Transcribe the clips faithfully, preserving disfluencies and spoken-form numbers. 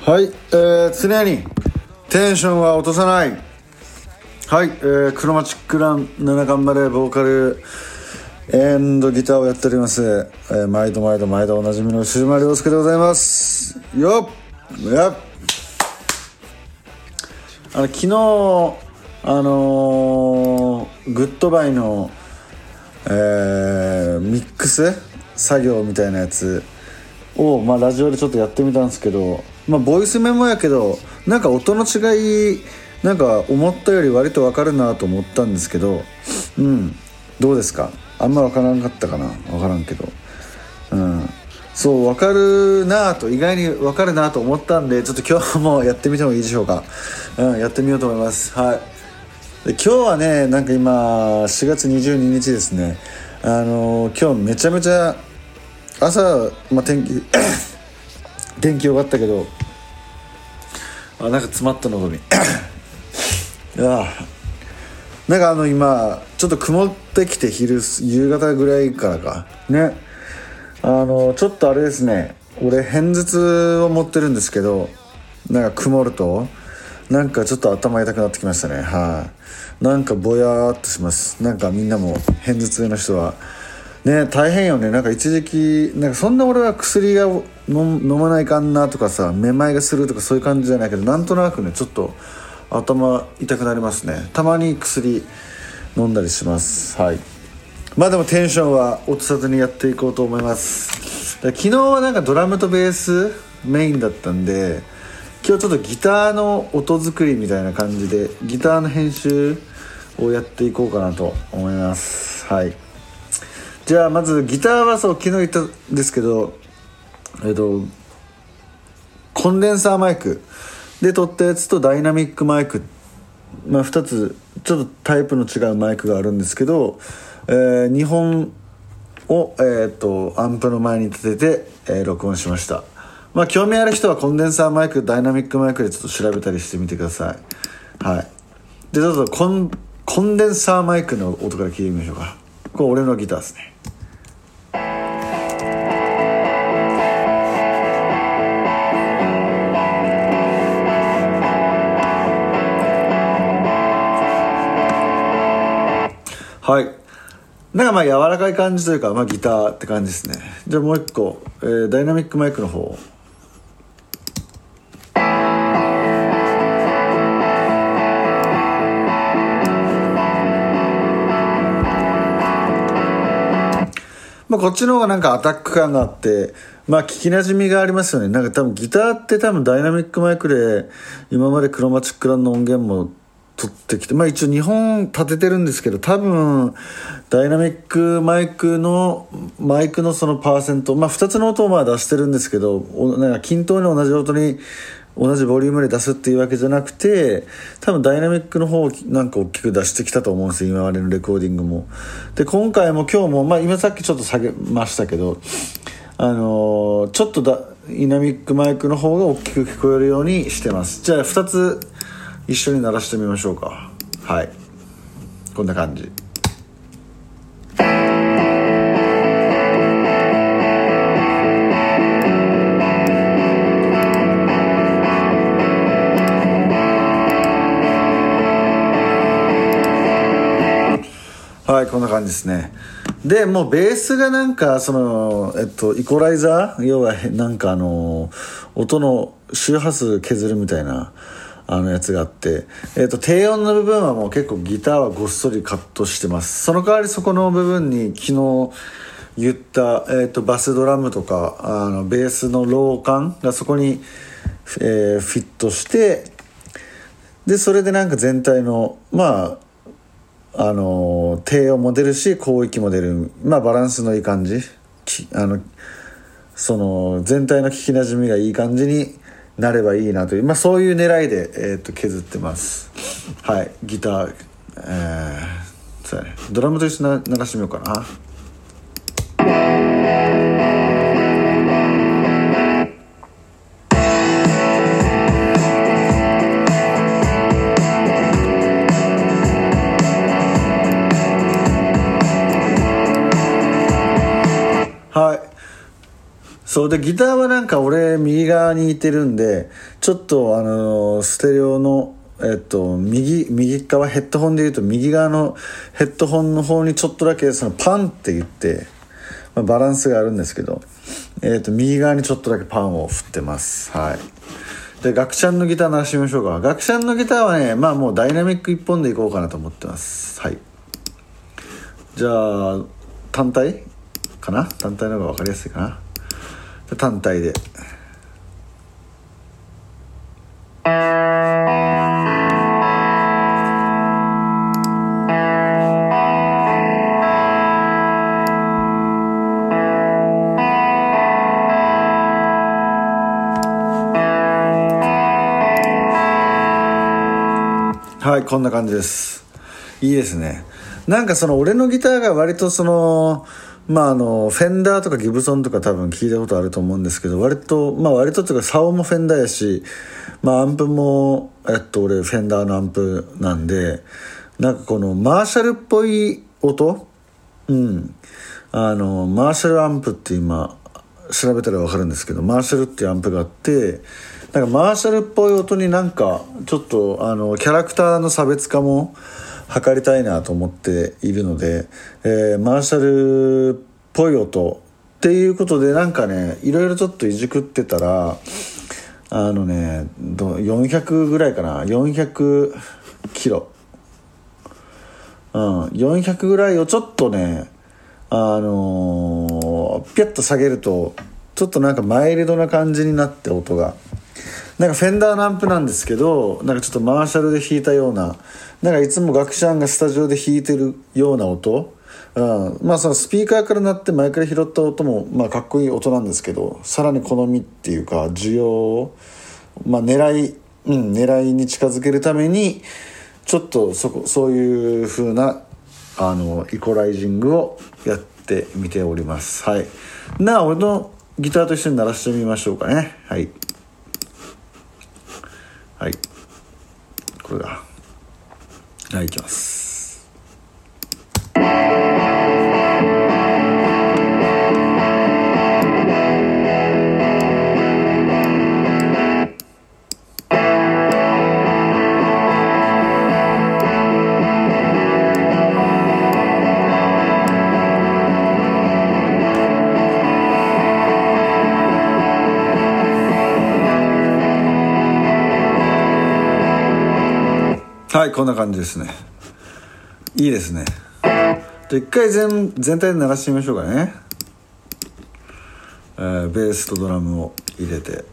はい、えー、常にテンションは落とさない。はい、えー、クロマチックランなな頑張れボーカルエンドギターをやっております、えー、毎度毎度毎度おなじみのシューマリオスケでございますよっやっあの昨日あのー、グッドバイの、えー、ミックス作業みたいなやつを、まあ、ラジオでちょっとやってみたんですけど、まあ、ボイスメモやけどなんか音の違いなんか思ったより割と分かるなと思ったんですけど、うんどうですか？あんま分からんかったかな、分からんけど、うんそう分かるなと意外に分かるなと思ったんで、ちょっと今日もやってみてもいいでしょうか。うんやってみようと思います。はいで今日はねなんか今しがつにじゅうににちですね。あのー、今日めちゃめちゃ朝、まあ、天気天気良かったけどあなんか詰まったのどみいやなんかあの今ちょっと曇ってきて昼夕方ぐらいからかねあのちょっとあれですね、俺片頭痛を持ってるんですけど、なんか曇るとなんかちょっと頭痛くなってきましたね。はい、なんかぼやーっとします。なんかみんなも片頭痛の人はね大変よね。なんか一時期なんかそんな俺は薬が飲まないかんなとかさ、めまいがするとかそういう感じじゃないけど、なんとなくねちょっと頭痛くなりますね。たまに薬飲んだりします。はいまあでもテンションは落とさずにやっていこうと思います。昨日はなんかドラムとベースメインだったんで、今日ちょっとギターの音作りみたいな感じでギターの編集をやっていこうかなと思います。はいじゃあまずギターはそう昨日言ったんですけど、えっとコンデンサーマイクで撮ったやつとダイナミックマイク、まあ、ふたつちょっとタイプの違うマイクがあるんですけど、えー、にほんを、えー、とアンプの前に立てて、えー、録音しました。まあ興味ある人はコンデンサーマイクダイナミックマイクでちょっと調べたりしてみてください。はいでどうぞコン、コンデンサーマイクの音から聞いてみましょうか。これ俺のギターですね。はいなんかまあ柔らかい感じというか、まあ、ギターって感じですね。じゃあもう一個、えー、ダイナミックマイクの方まあこっちの方がなんかアタック感があってまあ聞きなじみがありますよね。なんか多分ギターって多分ダイナミックマイクで今までクロマチックランの音源も取ってきて、まあ一応にほん立ててるんですけど、多分ダイナミックマイクのマイクのそのパーセント、まあふたつの音をまあ出してるんですけど、なんか均等に同じ音に同じボリュームで出すっていうわけじゃなくて、多分ダイナミックの方をなんか大きく出してきたと思うんですよ、今までのレコーディングも。で今回も今日もまあ今さっきちょっと下げましたけど、あのー、ちょっとダイナミックマイクの方が大きく聞こえるようにしてます。じゃあふたつ一緒に鳴らしてみましょうか。はいこんな感じ。はいこんな感じですね。でもうベースがなんかそのえっとイコライザー、要はなんかあの音の周波数削るみたいなあのやつがあって、えーと、低音の部分はもう結構ギターはごっそりカットしてます。その代わりそこの部分に昨日言った、えーと、バスドラムとかあのベースのロー感がそこに、えー、フィットして、でそれでなんか全体のまああの低音も出るし高域も出る、まあバランスのいい感じ、あのその全体の聞きなじみがいい感じになればいいなという、まあ、そういう狙いで、えー、と削ってます。はいギター、えーそうやね、ドラムと一緒に鳴らしてみようかな。はいそうでギターはなんか俺右側にいてるんでちょっとあのー、ステレオのえっと右右側ヘッドホンで言うと右側のヘッドホンの方にちょっとだけそのパンって言って、まあ、バランスがあるんですけど、えっと右側にちょっとだけパンを振ってます。はい。でガクちゃんのギター鳴らしてみましょうか。ガクちゃんのギターはねまあもうダイナミック一本でいこうかなと思ってます。はい。じゃあ単体かな、単体の方が分かりやすいかな。単体ではい、こんな感じです。いいですね。なんかその俺のギターが割とそのまああのフェンダーとかギブソンとか多分聞いたことあると思うんですけど、割とまあ割とというかサオもフェンダーやし、まあアンプもえっと俺フェンダーのアンプなんで、なんかこのマーシャルっぽい音、うんあのマーシャルアンプって今調べたら分かるんですけど、マーシャルっていうアンプがあって、なんかマーシャルっぽい音になんかちょっとあのキャラクターの差別化も図りたいなと思っているので、えー、マーシャルっぽい音っていうことでなんかねいろいろちょっといじくってたらあのねよんひゃくぐらいかな、よんひゃくキロ、うん、よんひゃくぐらいをちょっとねあのー、ピュッと下げるとちょっとなんかマイルドな感じになって音がなんかフェンダーのアンプなんですけど、なんかちょっとマーシャルで弾いたような、なんかいつもガクシャンがスタジオで弾いてるような音、うん、まあそのスピーカーから鳴って前から拾った音もまあかっこいい音なんですけど、さらに好みっていうか需要を、まあ、狙い、うん、狙いに近づけるためにちょっとそこそういう風なあのイコライジングをやってみております。はい。なあ俺のギターと一緒に鳴らしてみましょうかね。はいはい、これだ。はい、いきます。はい、こんな感じですね。いいですね。じゃあ一回 全, 全体で鳴らしてみましょうかね。えー、ベースとドラムを入れて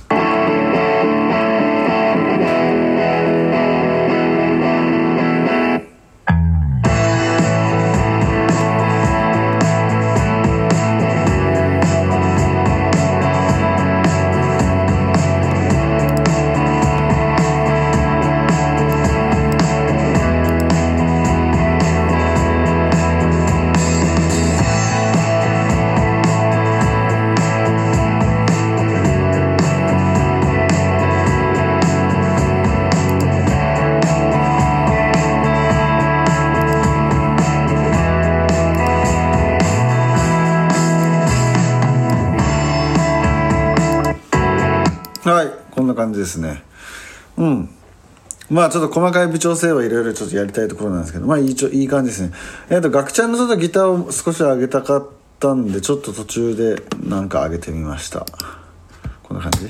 はい、こんな感じですね。うん。まあちょっと細かい微調整はいろいろちょっとやりたいところなんですけど、まあいいちょいい感じですね。えっとガクちゃんのちょっとギターを少し上げたかったんで、ちょっと途中でなんか上げてみました。こんな感じ。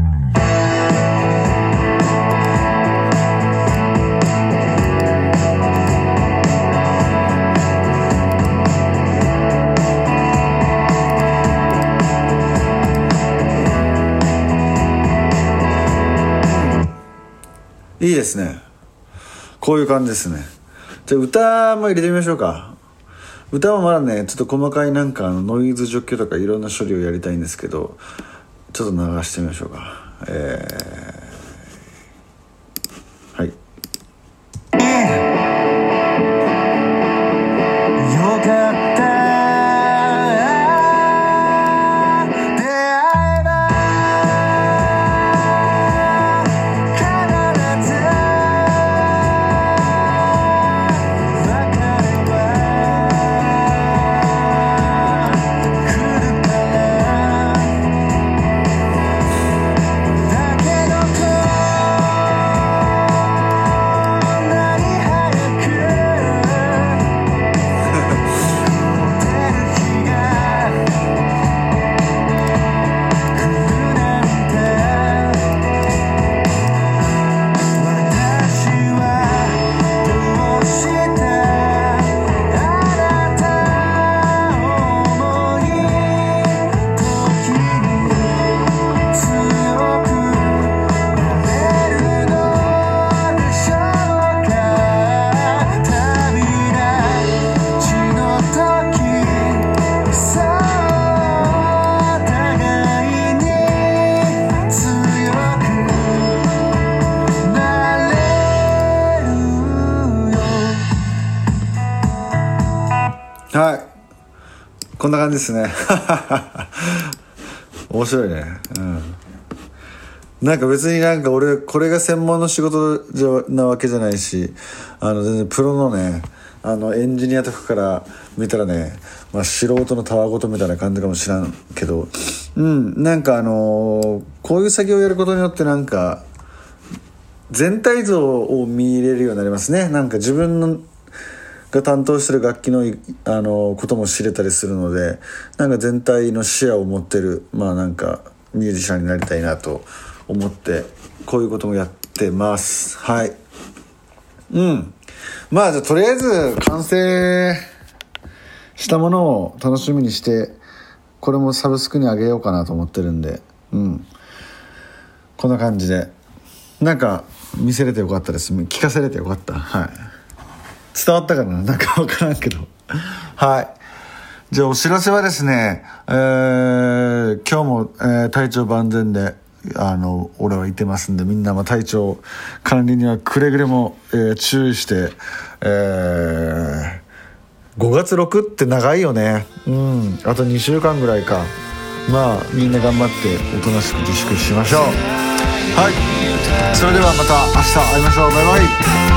いいですね。こういう感じですね。じゃあ歌も入れてみましょうか。歌はまだねちょっと細かいなんかノイズ除去とかいろんな処理をやりたいんですけど、ちょっと流してみましょうか。えー、はい。よかったこんな感じですね面白いね。うんなんか別になんか俺これが専門の仕事じゃなわけじゃないし、あの全然プロのねあのエンジニアとかから見たらね、まあ、素人のたわごとみたいな感じかもしらんけど、うんなんかあのー、こういう作業をやることによってなんか全体像を見入れるようになりますね。なんか自分のが担当してる楽器の、あのー、ことも知れたりするので、なんか全体の視野を持ってるまあなんかミュージシャンになりたいなと思ってこういうこともやってます。はいうんまあじゃあとりあえず完成したものを楽しみにしてこれもサブスクにあげようかなと思ってるんで、うんこんな感じでなんか見せれてよかったです。聞かせれてよかった。はい伝わったかななんか分からんけどはいじゃあお知らせはですね、えー、今日も、えー、体調万全であの俺はいてますんで、みんなも体調管理にはくれぐれも、えー、注意して、えー、ごがつろくって長いよね。うんあとにしゅうかんぐらいか。まあみんな頑張っておとなしく自粛しましょう。はいそれではまた明日会いましょう。バイバイ。